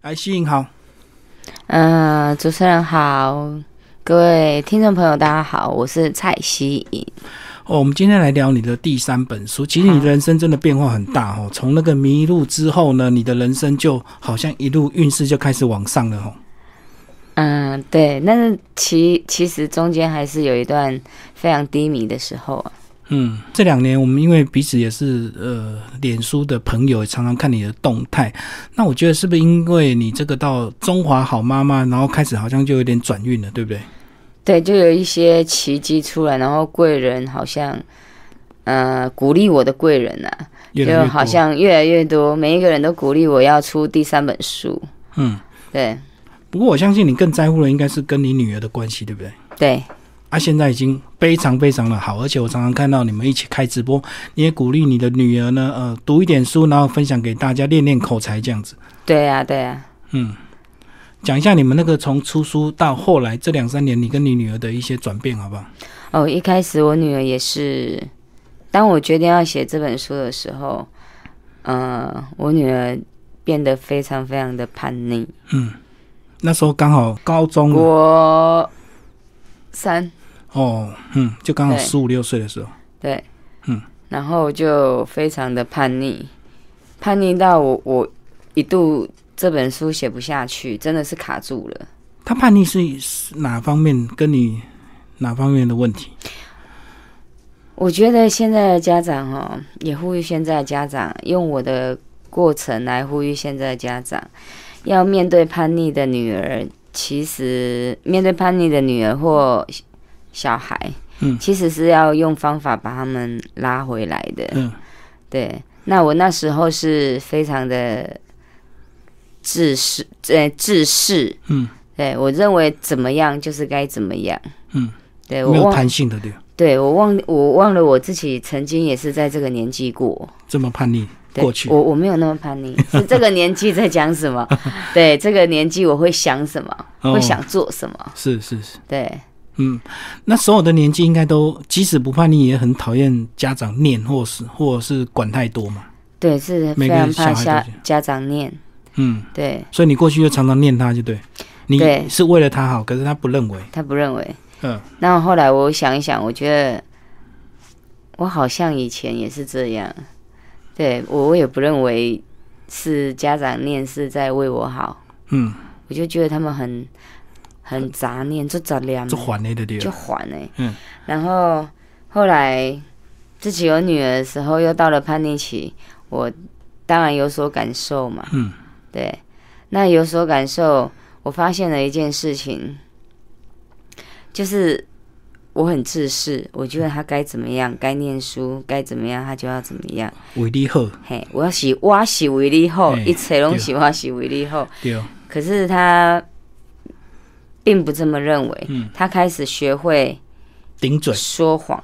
希颖好。 主持人好，各位听众朋友大家好，我是蔡希颖。 我们今天来聊你的第3本书。其实你的人生真的变化很大哦，从那个迷路之后呢，你的人生就好像一路运势就开始往上了哦。 对，但是其实中间还是有一段非常低迷的时候啊。 这2年我们因为彼此也是脸书的朋友，也常常看你的动态。那我觉得是不是因为你这个到中华好妈妈，然后开始好像就有点转运了，对不对？ 对，就有一些奇迹出来，然后贵人好像鼓励我的贵人啊，就好像越来越多，每一个人都鼓励我要出第3本书。对。 不过我相信你更在乎的应该是跟你女儿的关系，对不对？ 对。 现在已经非常非常的好，而且我常常看到你们一起开直播，你也鼓励你的女儿呢，读一点书，然后分享给大家，练练口才这样子。 对啊，对啊。 讲一下你们那个从出书到后来这2-3年，你跟你女儿的一些转变，好不好？ 一开始我女儿也是，当我决定要写这本书的时候，我女儿变得非常非常的叛逆。 那时候刚好高中国3。 就刚好15、16岁的时候。 对。然后就非常的叛逆到我一度这本书写不下去，真的是卡住了。 他叛逆是哪方面？跟你哪方面的问题？ 我觉得现在的家长也呼吁现在的家长用我的过程来呼吁现在的家长，要面对叛逆的女儿，其实面对叛逆的女儿或小孩，其实是要用方法把他们拉回来的。对。那我那时候是非常的自视。对，我认为怎么样就是该怎么样。对， 没有弹性的。 对，我忘了我自己曾经也是在这个年纪过这么叛逆过去。 我没有那么叛逆，是这个年纪在讲什么？对，这个年纪我会想什么，会想做什么。 是。 对。 那所有的年纪应该都，即使不叛逆，也很讨厌家长念，或者是管太多嘛。 对，是非常怕家长念。对。 所以你过去就常常念他，就对。你是为了他好，可是他不认为。 那后来我想一想，我觉得我好像以前也是这样。对，我也不认为是家长念是在为我好。我就觉得他们很杂念，就杂念， 就烦的， 就烦欸。然后后来自己有女儿的时候，又到了叛逆期，我当然有所感受嘛。对。那有所感受，我发现了一件事情，就是我很自私，我觉得他该怎么样，该念书，该怎么样，他就要怎么样。 为你好。 我是为你好，一切都是我是为你好。 对。 可是他并不这么认为，他开始学会顶嘴说谎。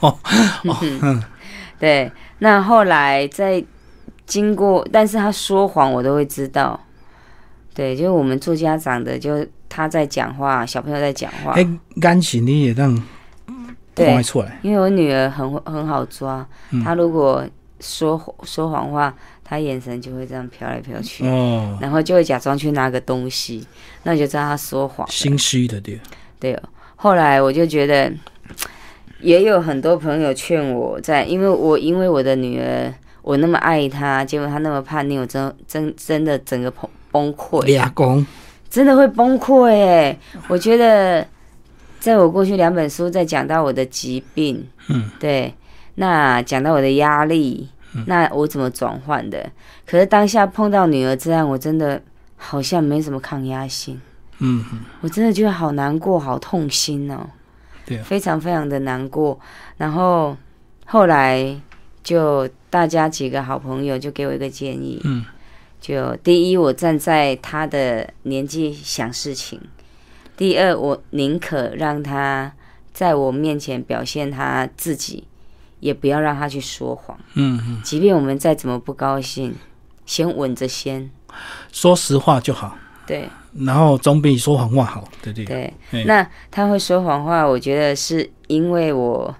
对。那后来在经过，但是他说谎我都会知道。对，就是我们做家长的，就他在讲话，小朋友在讲话， 感情你也让看出来。 因为我女儿很好抓，她如果说谎话，她眼神就会这样飘来飘去，然后就会假装去拿个东西，那你就知道她说谎， 心虚的。 对。后来我就觉得，也有很多朋友劝我因为我的女儿，我那么爱她，结果她那么叛逆，我真的整个崩溃，真的会崩溃耶。我觉得在我过去2本书在讲到我的疾病，对，那讲到我的压力，那我怎么转换的。可是当下碰到女儿这样，我真的好像没什么抗压性。我真的觉得好难过，好痛心哦。 对。 非常非常的难过。然后后来就大家几个好朋友就给我一个建议，就第一，我站在他的年纪想事情；第二，我宁可让他在我面前表现他自己，也不要让他去说谎。即便我们再怎么不高兴，先稳着先， 说实话就好。 对。 然后总比说谎话好。 对。那他会说谎话，我觉得是因为我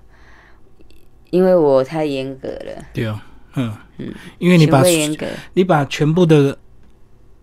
太严格了。 对。因为你把全部的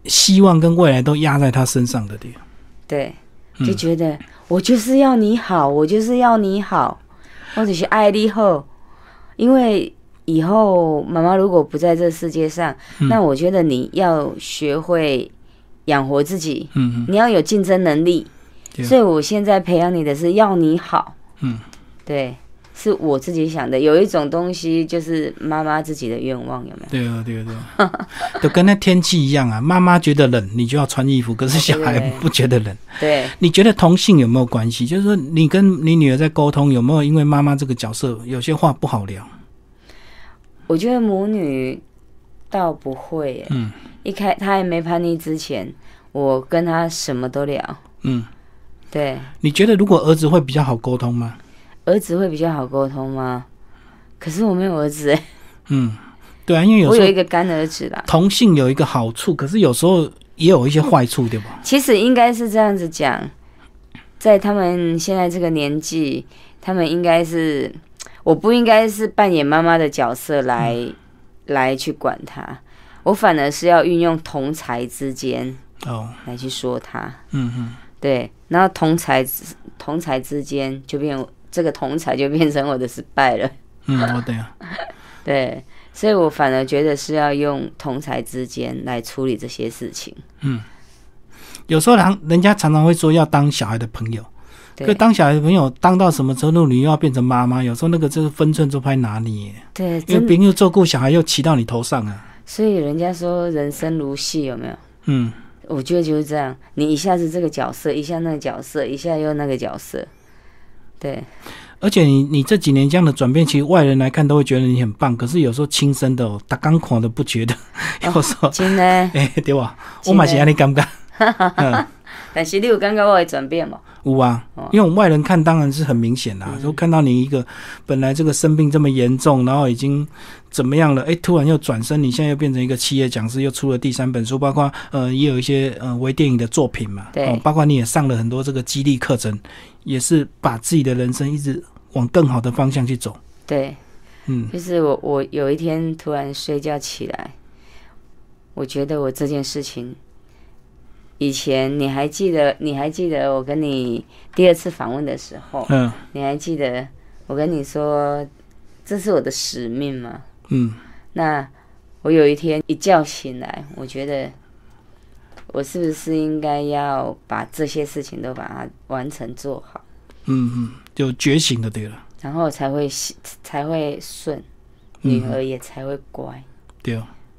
希望跟未来都压在他身上的对。 对，就觉得我就是要你好，我就是要你好，或者是爱你好，因为以后妈妈如果不在这世界上，那我觉得你要学会养活自己，你要有竞争能力，所以我现在培养你的是要你好，对，是我自己想的。有一种东西就是妈妈自己的愿望，有没有？ 对哦，对哦，对哦，就跟那天气一样啊。妈妈觉得冷，你就要穿衣服，可是小孩不觉得冷。 对， 你觉得同性有没有关系？就是说，你跟你女儿在沟通，有没有因为妈妈这个角色，有些话不好聊？ 我觉得母女倒不会耶。她还没叛逆之前，我跟她什么都聊。对。你觉得如果儿子会比较好沟通吗？ 儿子会比较好沟通吗？可是我没有儿子哎。 对啊，因为有时候我有一个干儿子啦。 同性有一个好处，可是有时候也有一些坏处，对吧？ 其实应该是这样子讲，在他们现在这个年纪，他们应该是，我不应该是扮演妈妈的角色来去管他，我反而是要运用同才之间来去说他。对，然后同才之间就变这个同才就变成我的失败了。 对啊。 对，所以我反而觉得是要用同才之间来处理这些事情。 有时候人家常常会说要当小孩的朋友，可当小孩的朋友当到什么程度，你又要变成妈妈，有时候那个就是分寸就拍拿捏。 对， 因为别人照顾小孩又骑到你头上啊。 所以人家说人生如戏，有没有？我觉得就是这样，你一下子这个角色，一下那个角色，一下又那个角色。对。 而且你这几年这样的转变，其实外人来看都会觉得你很棒，可是有时候亲生的大刚看都不觉得。有时候真的对吧？我嘛是这样感觉。 但是你有感觉我的转变吗？ 有啊，因为我们外人看当然是很明显啦，就看到你一个本来这个生病这么严重，然后已经怎么样了，突然又转身，你现在又变成一个企业讲师，又出了第3本书，包括也有一些微电影的作品嘛， 对， 包括你也上了很多这个激励课程，也是把自己的人生一直往更好的方向去走。 对，就是我有一天突然睡觉起来，我觉得我这件事情。以前你还记得我跟你第2次访问的时候，你还记得我跟你说这是我的使命吗？那我有一天一觉醒来，我觉得我是不是应该要把这些事情都把它完成做好？就觉醒的对了， 然后才会顺，女儿也才会乖。 对。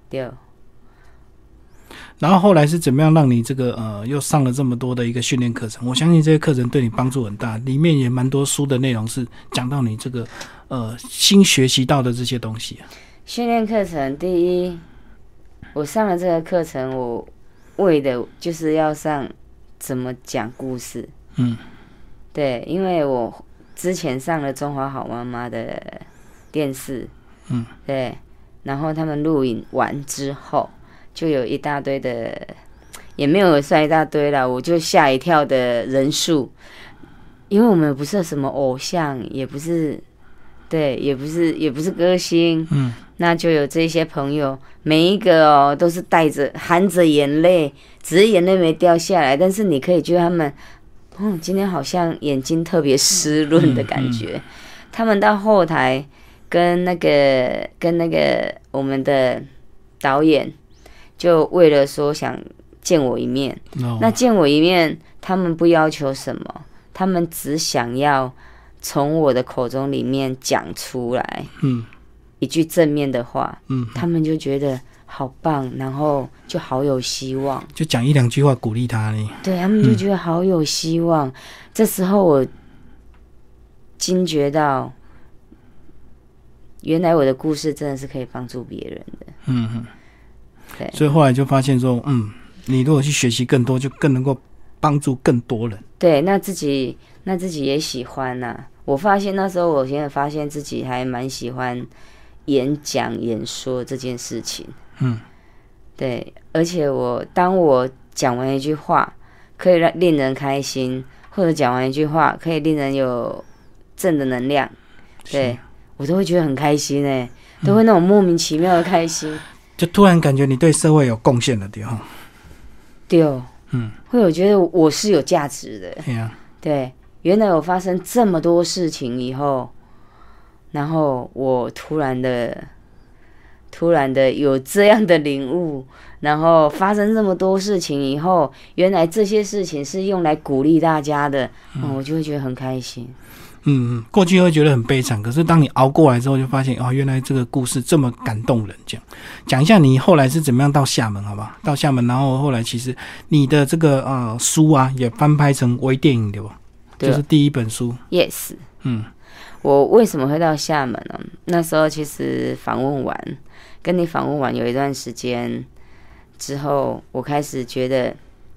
然后后来是怎么样让你这个又上了这么多的一个训练课程？我相信这些课程对你帮助很大，里面也蛮多书的内容是讲到你这个新学习到的这些东西。 训练课程，第一，我上了这个课程，我为的就是要上怎么讲故事。对，因为我之前上了中华好妈妈的电视，对，然后他们录影完之后。就有一大堆的，也没有算一大堆啦，我就吓一跳的人数，因为我们不是什么偶像，也不是，对，也不是歌星，那就有这些朋友，每一个都是含着眼泪，只是眼泪没掉下来，但是你可以觉得他们，今天好像眼睛特别湿润的感觉，他们到后台跟那个我们的导演。就为了说想见我一面，那见我一面，他们不要求什么，他们只想要从我的口中里面讲出来，一句正面的话，他们就觉得好棒，然后就好有希望， 就讲1-2句话鼓励他呢。 对，他们就觉得好有希望。这时候我惊觉到，原来我的故事真的是可以帮助别人的。 所以后来就发现说，你如果去学习更多，就更能够帮助更多人。 对，那自己也喜欢呐。我发现那时候，我现在发现自己还蛮喜欢演讲、演说这件事情。对，而且当我讲完一句话，可以令人开心，或者讲完一句话可以令人有正的能量，对我都会觉得很开心都会那种莫名其妙的开心。 就突然感觉你对社会有贡献了，对哈。 对，会有觉得我是有价值的。 对啊， 对，原来我发生这么多事情以后，然后我突然的有这样的领悟，然后发生这么多事情以后，原来这些事情是用来鼓励大家的，我就会觉得很开心。 过去会觉得很悲惨，可是当你熬过来之后，就发现原来这个故事这么感动人。这样讲一下你后来是怎么样到厦门，好不好？到厦门，然后后来其实你的这个书啊，也翻拍成微电影，对吧？就是第一本书。 Yes。我为什么会到厦门呢？那时候其实跟你访问完有一段时间之后，我开始觉得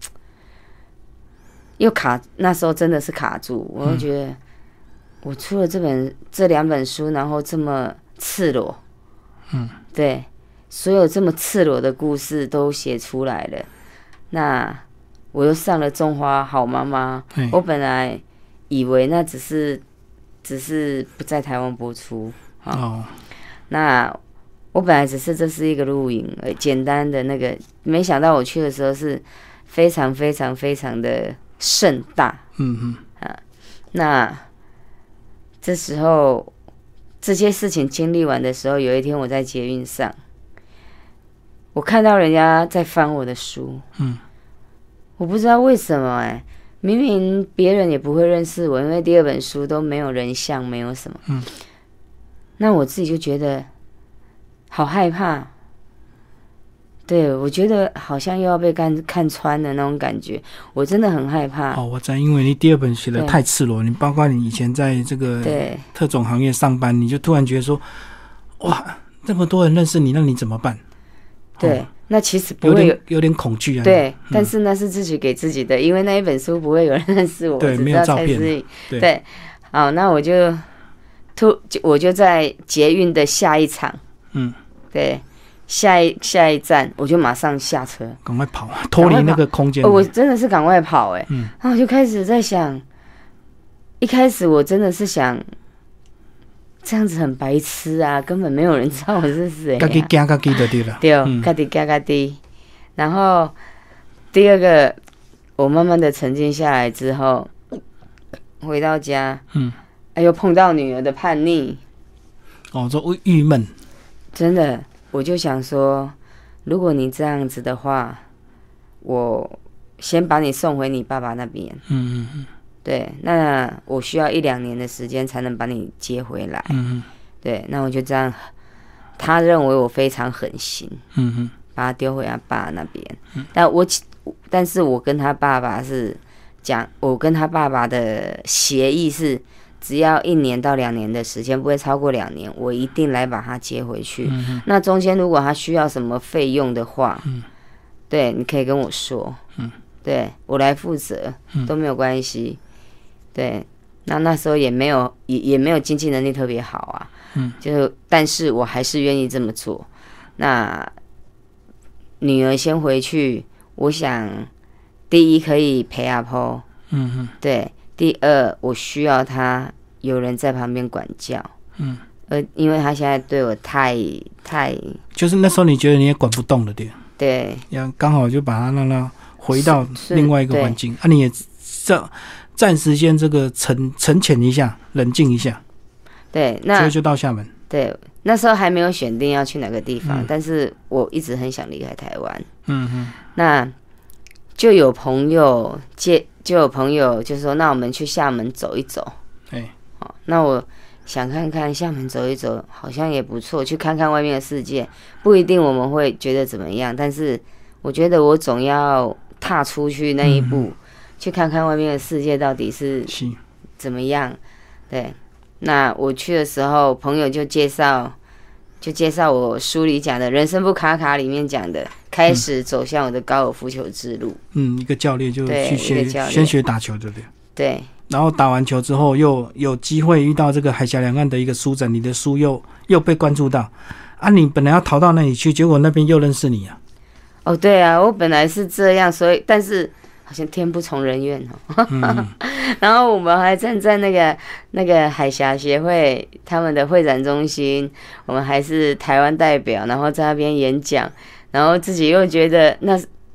又那时候真的是卡住，我就觉得。我出了这2本书，然后这么赤裸，对，所有这么赤裸的故事都写出来了。那我又上了中华好妈妈，我本来以为那只是不在台湾播出那我本来这是一个录影，简单的那个，没想到我去的时候是非常非常非常的盛大，那。这时候，这些事情经历完的时候，有一天我在捷运上，我看到人家在翻我的书，我不知道为什么明明别人也不会认识我，因为第2本书都没有人像，没有什么，那我自己就觉得好害怕。对，我觉得好像又要被看穿的那种感觉，我真的很害怕。 我知道，因为你第2本写的太赤裸，你包括你以前在这个特种行业上班，你就突然觉得说，哇，这么多人认识你，那你怎么办？ 对，那其实不会有点恐惧啊。 对，但是那是自己给自己的，因为那一本书不会有人认识我， 对，没有照片。 对，好，那我就在捷运的下一场，对。下一站，我就马上下车， 赶快跑，脱离那个空间。 我真的是赶快跑，然后我就开始在想，一开始我真的是想，这样子很白痴啊，根本没有人知道我是谁。 自己惊自己就对了。 对，自己惊自己。然后第2个，我慢慢的沉静下来之后，回到家，又碰到女儿的叛逆， 这郁闷， 真的。我就想说，如果你这样子的话，我先把你送回你爸爸那边。对，那我需要1-2年的时间才能把你接回来。对，那我就这样，他认为我非常狠心。把他丢回他爸那边。但是我跟他爸爸是讲，我跟他爸爸的协议是。只要1年到2年的时间，不会超过2年，我一定来把他接回去。那中间如果他需要什么费用的话，对，你可以跟我说，对我来负责，都没有关系。对，那时候也没有经济能力特别好啊，但是我还是愿意这么做。那女儿先回去，我想第一可以陪阿婆，对。第2，我需要他有人在旁边管教，因为他现在对我太， 就是那时候你觉得你也管不动了， 对， 刚好就把他让他回到另外一个环境，你也暂时先这个沉潜一下，冷静一下， 对，那就到厦门， 对，那时候还没有选定要去哪个地方，但是我一直很想离开台湾，那就有朋友就说，那我们去厦门走一走。那我想看看厦门走一走，好像也不错，去看看外面的世界。不一定我们会觉得怎么样，但是我觉得我总要踏出去那一步，去看看外面的世界到底是怎么样。对，那我去的时候，朋友就介绍我书里讲的人生不卡卡里面讲的，开始走向我的高尔夫球之路。 一个教练就去先学打球，对不对？ 对。 然后打完球之后，又有机会遇到这个海峡两岸的一个书展，你的书又被关注到啊！你本来要逃到那里去，结果那边又认识你啊！ 对啊，我本来是这样，所以但是好像天不从人愿然后我们还站在那个海峡协会他们的会展中心，我们还是台湾代表，然后在那边演讲，然后自己又觉得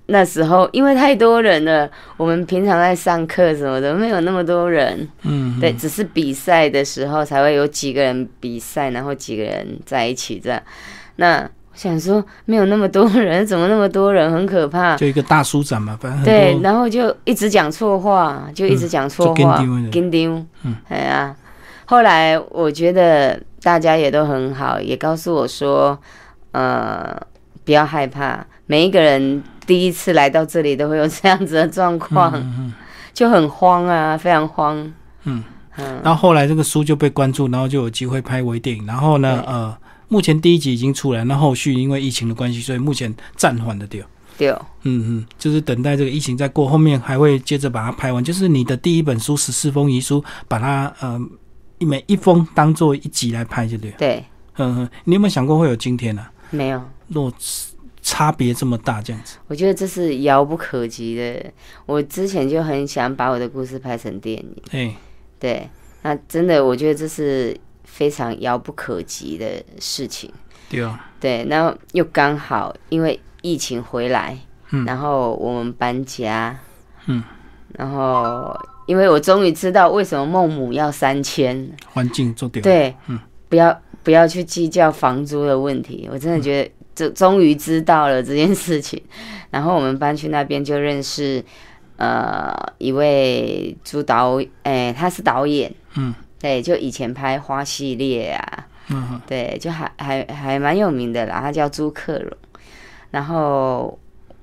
那时候因为太多人了，我们平常在上课什么的没有那么多人，对，只是比赛的时候才会有几个人比赛，然后几个人在一起这样。那想说没有那么多人，怎么那么多人，很可怕。 就一个大书展嘛，反正对，然后就一直讲错话，跟丢，哎呀。后来我觉得大家也都很好，也告诉我说，不要害怕，每一个人第一次来到这里都会有这样子的状况，就很慌啊，非常慌。 然后后来这个书就被关注，然后就有机会拍微电影。然后呢，目前第1集已经出来，那后续因为疫情的关系，所以目前暂缓的对。就是等待这个疫情再过，后面还会接着把它拍完。就是你的第一本书《14封遗书》，把它每一封当做1集来拍就对。 对， 你有没有想过会有今天啊？ 没有， 若差别这么大，这样子， 我觉得这是遥不可及的。我之前就很想把我的故事拍成电影，对，那真的我觉得这是非常遥不可及的事情。对，然后又刚好因为疫情回来，然后我们搬家，然后因为我终于知道为什么孟母要3000， 环境做对， 对，不要去计较房租的问题。我真的觉得终于知道了这件事情。然后我们搬去那边就认识一位他是导演，对，就以前拍花系列啊，对，就还蛮有名的啦，他叫朱克荣。然后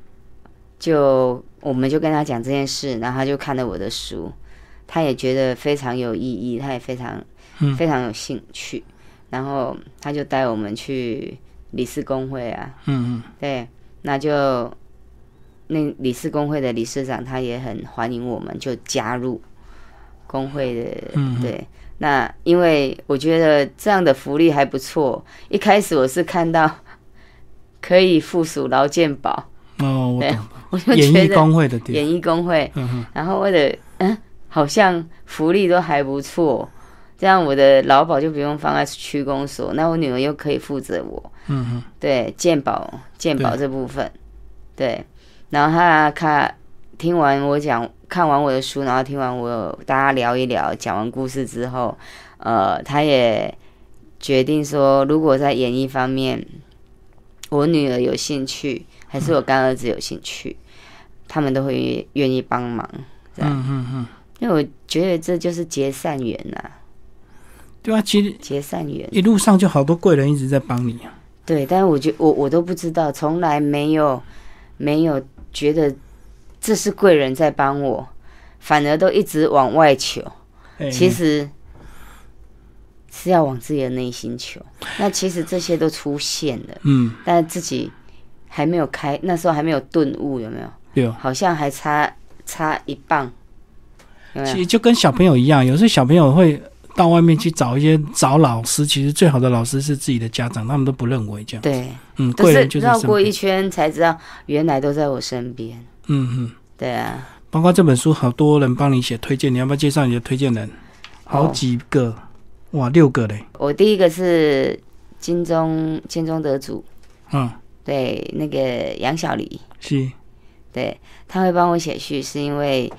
我们就跟他讲这件事，然后他就看了我的书，他也觉得非常有意义，他也非常有兴趣，然后他就带我们去理事公会啊，对，那就那理事公会的理事长他也很欢迎我们，就加入工会的，对。那因为我觉得这样的福利还不错，一开始我是看到可以附属劳健保， 我懂， 我就觉得演艺工会的演艺工会，然后我的好像福利都还不错，这样我的劳保就不用放在区公所，那我女儿又可以负责我，对，健保这部分，对，然后他听完我讲，看完我的书，然后听完大家聊一聊，讲完故事之后，他也决定说，如果在演艺方面，我女儿有兴趣，还是我干儿子有兴趣，他们都会愿意帮忙，这样，因为我觉得这就是结善缘呐。 对啊，其实结善缘， 一路上就好多贵人一直在帮你啊。 对，但是我都不知道，从来没有觉得这是贵人在帮我，反而都一直往外求，其实是要往自己的内心求。那其实这些都出现了，但是自己还没有那时候还没有顿悟，有没有？ 有， 好像还差一棒。有没有？ 其实就跟小朋友一样，有时候小朋友会到外面去找老师，其实最好的老师是自己的家长，他们都不认为这样。 对， 贵人就是绕过一圈才知道，原来都在我身边。对啊， 包括这本书，好多人帮你写推荐，你要不要介绍你的推荐人？好几个，哇，6个嘞。 我第一个是金钟得主，对，那个杨小黎， 是， 对，他会帮我写序，是因为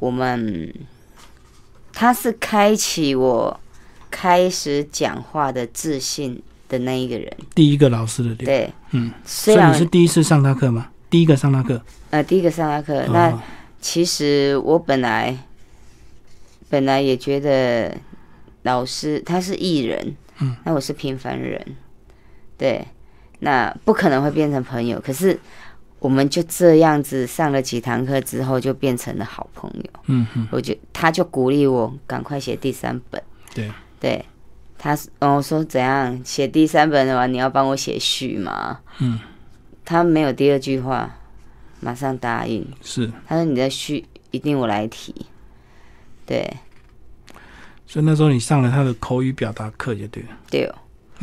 他是开启我开始讲话的自信的那一个人，第一个老师的对， 所以你是第一次上他课吗？第一个上他课？ 第一个上他课。那其实我本来也觉得老师他是艺人，那我是平凡人，对，那不可能会变成朋友。可是我们就这样子上了几堂课之后，就变成了好朋友。我觉得他就鼓励我赶快写第3本。对，他说怎样写第3本的话，你要帮我写序吗？他没有第2句话，马上答应。 是， 他说你的序一定我来提。对， 所以那时候你上了他的口语表达课就对了。 对，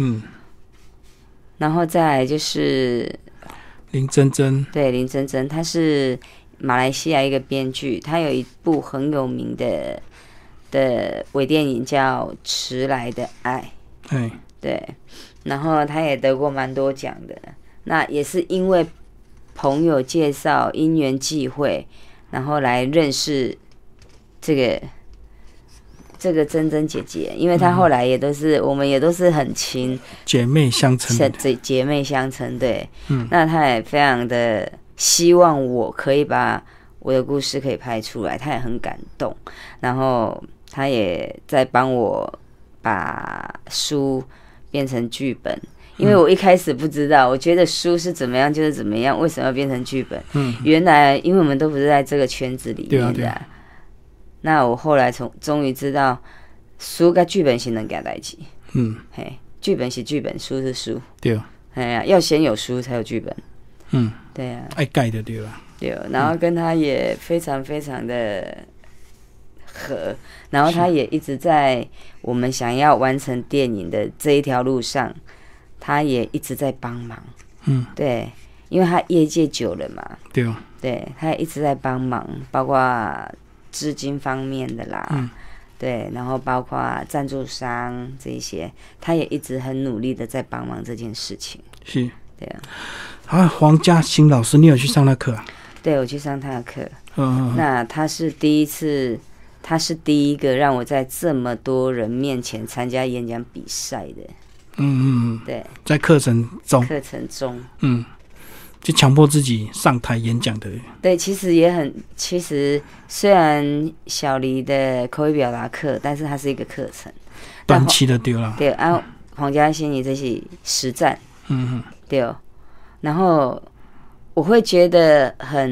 然后再来就是林真真， 对，林真真，她是马来西亚一个编剧，她有一部很有名的微电影叫《迟来的爱》。对，然后她也得过蛮多奖的。那也是因为朋友介绍，因缘际会，然后来认识这个珍珍姐姐，因为她后来也都是、我们也都是很亲， 姐妹相称， 姐妹相称，对，那她也非常的希望我可以把我的故事可以拍出来，她也很感动，然后她也在帮我把书变成剧本。因为我一开始不知道，我觉得书是怎么样就是怎么样，为什么要变成剧本？原来因为我们都不是在这个圈子里面的、那我后来终于知道，书跟剧本是两件代志。嘿，剧本是剧本，书是书。对。哎呀，要先有书才有剧本。对啊。 爱改的对了。 对，然后跟他也非常非常的合，然后他也一直在我们想要完成电影的这一条路上。他也一直在帮忙，对，因为他业界久了嘛，对，他也一直在帮忙，包括资金方面的啦，对，然后包括赞助商这一些，他也一直很努力的在帮忙这件事情。 是， 对啊。 黄嘉欣老师，你有去上那课啊？ 对，我去上他的课。那他是第一个让我在这么多人面前参加演讲比赛的。对，在课程中，就强迫自己上台演讲的。 对，其实虽然小黎的口语表达课，但是它是一个课程， 短期的丢了。 对，黄嘉欣你这是实战，对，然后我会觉得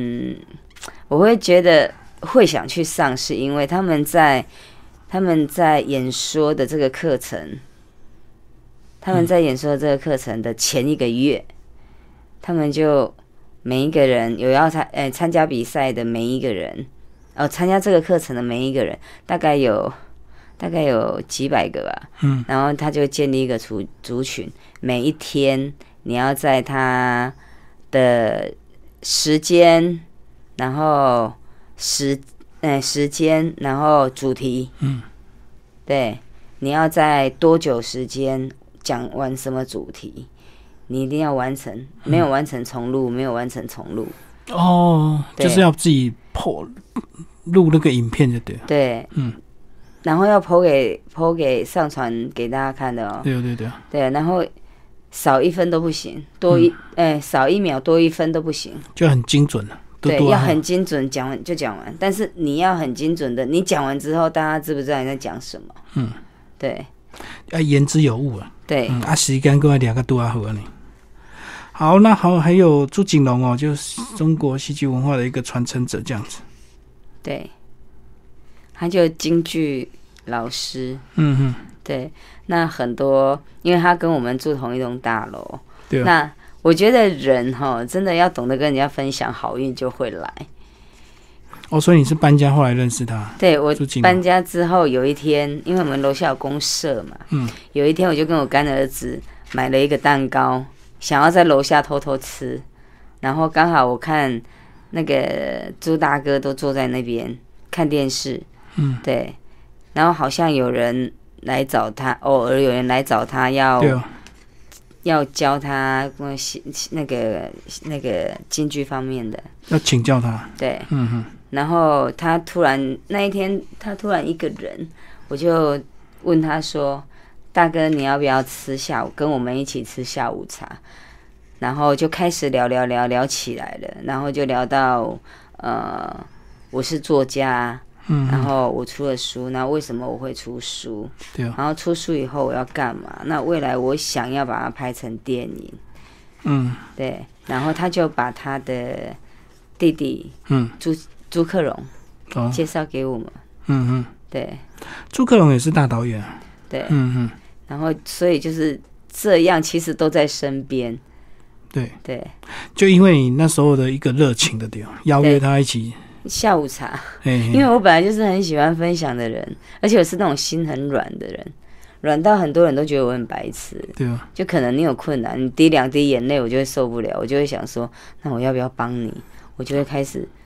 会想去上，是因为他们在演说的这个课程。他们在演说这个课程的前一个月，他们就每一个人有要参加比赛的每一个人，参加这个课程的每一个人，大概有几百个吧。然后他就建立一个族群，每一天你要在他的时间，然后时间，然后主题，对，你要在多久时间。讲完什么主题，你一定要完成，没有完成重录，没有完成重录。 就是要自己录那个影片就对了。 对，然后要po给上传给大家看的哦。对，然后少1分都不行，少1秒多1分都不行， 就很精准了。 对，要很精准，讲完就讲完。但是你要很精准的，你讲完之后，大家知不知道你在讲什么？对。 要言之有物啊！ 对， 时间过来2个多好呢。好，那还有朱景龙哦，就是中国戏剧文化的一个传承者，这样子。 对，他就京剧老师。对，那很多，因为他跟我们住同一栋大楼。对。那我觉得人真的要懂得跟人家分享，好运就会来。 所以你是搬家后来认识他？ 对，我搬家之后有一天，因为我们楼下有公社嘛，有一天我就跟我干儿子买了一个蛋糕，想要在楼下偷偷吃，然后刚好我看那个朱大哥都坐在那边看电视，对，然后好像有人来找他，偶尔有人来找他要教他那个京剧方面的， 要请教他， 对，然后那一天他突然一个人，我就问他说：“大哥，你要不要跟我们一起吃下午茶？”然后就开始聊起来了，然后就聊到我是作家，然后我出了书，那为什么我会出书？对，然后出书以后我要干嘛？那未来我想要把它拍成电影，对，然后他就把他的弟弟，朱克荣介绍给我们，对， 朱克荣也是大导演啊， 对，然后所以就是这样，其实都在身边，对， 就因为你那时候的一个热情的地方，邀约他一起下午茶，因为我本来就是很喜欢分享的人，而且我是那种心很软的人，软到很多人都觉得我很白痴，对啊，就可能你有困难，你滴2滴眼泪，我就会受不了，我就会想说，那我要不要帮你？我就会开始。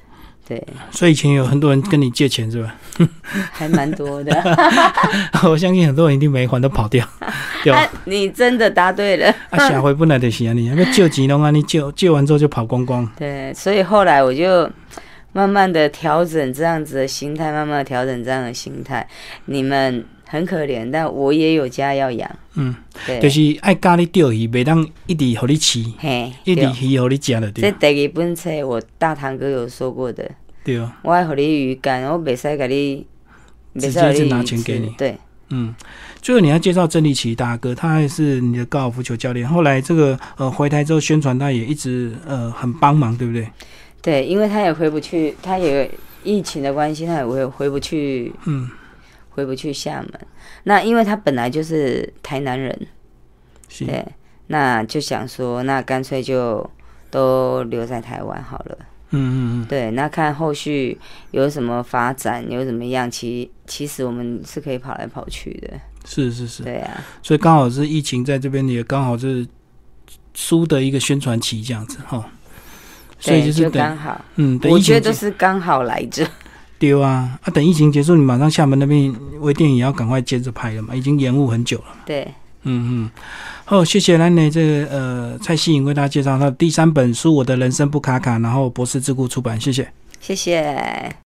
对， 所以以前有很多人跟你借钱是吧？ 还蛮多的。 我相信很多人一定没还都跑掉，对吧？ 你真的答对了。 下回本来就是啊，你要借钱拢啊，你借完之后就跑光光。 对，所以后来我就慢慢的调整这样子的心态，慢慢的调整这样的心态。你们很可怜，但我也有家要养。对， 就是爱教你钓鱼，袂当一直互你饲，一直鱼互你食就对。 这第二本册我大堂哥有说过的。 对， 我爱互你鱼竿，我袂使给你， 直接是拿钱给你。 对， 最后你要介绍郑立奇大哥，他还是你的高尔夫球教练。后来这个回台之后宣传，他也一直很帮忙，对不对？ 对，因为他也回不去，他也疫情的关系，他也回不去，回不去厦门。那因为他本来就是台南人，对，那就想说，那干脆就都留在台湾好了。对，那看后续有什么发展，有怎么样，其实我们是可以跑来跑去的。是，对啊。所以刚好是疫情在这边，也刚好是书的一个宣传期这样子哈。所以就是刚好，我觉得都是刚好来着。 对啊，等疫情结束，你马上厦门那边微电影也要赶快接着拍了嘛，已经延误很久了。 对， 好，谢谢咱的这个蔡希颖为大家介绍他的第3本书《我的人生不卡卡》，然后博士智库出版，谢谢， 谢谢。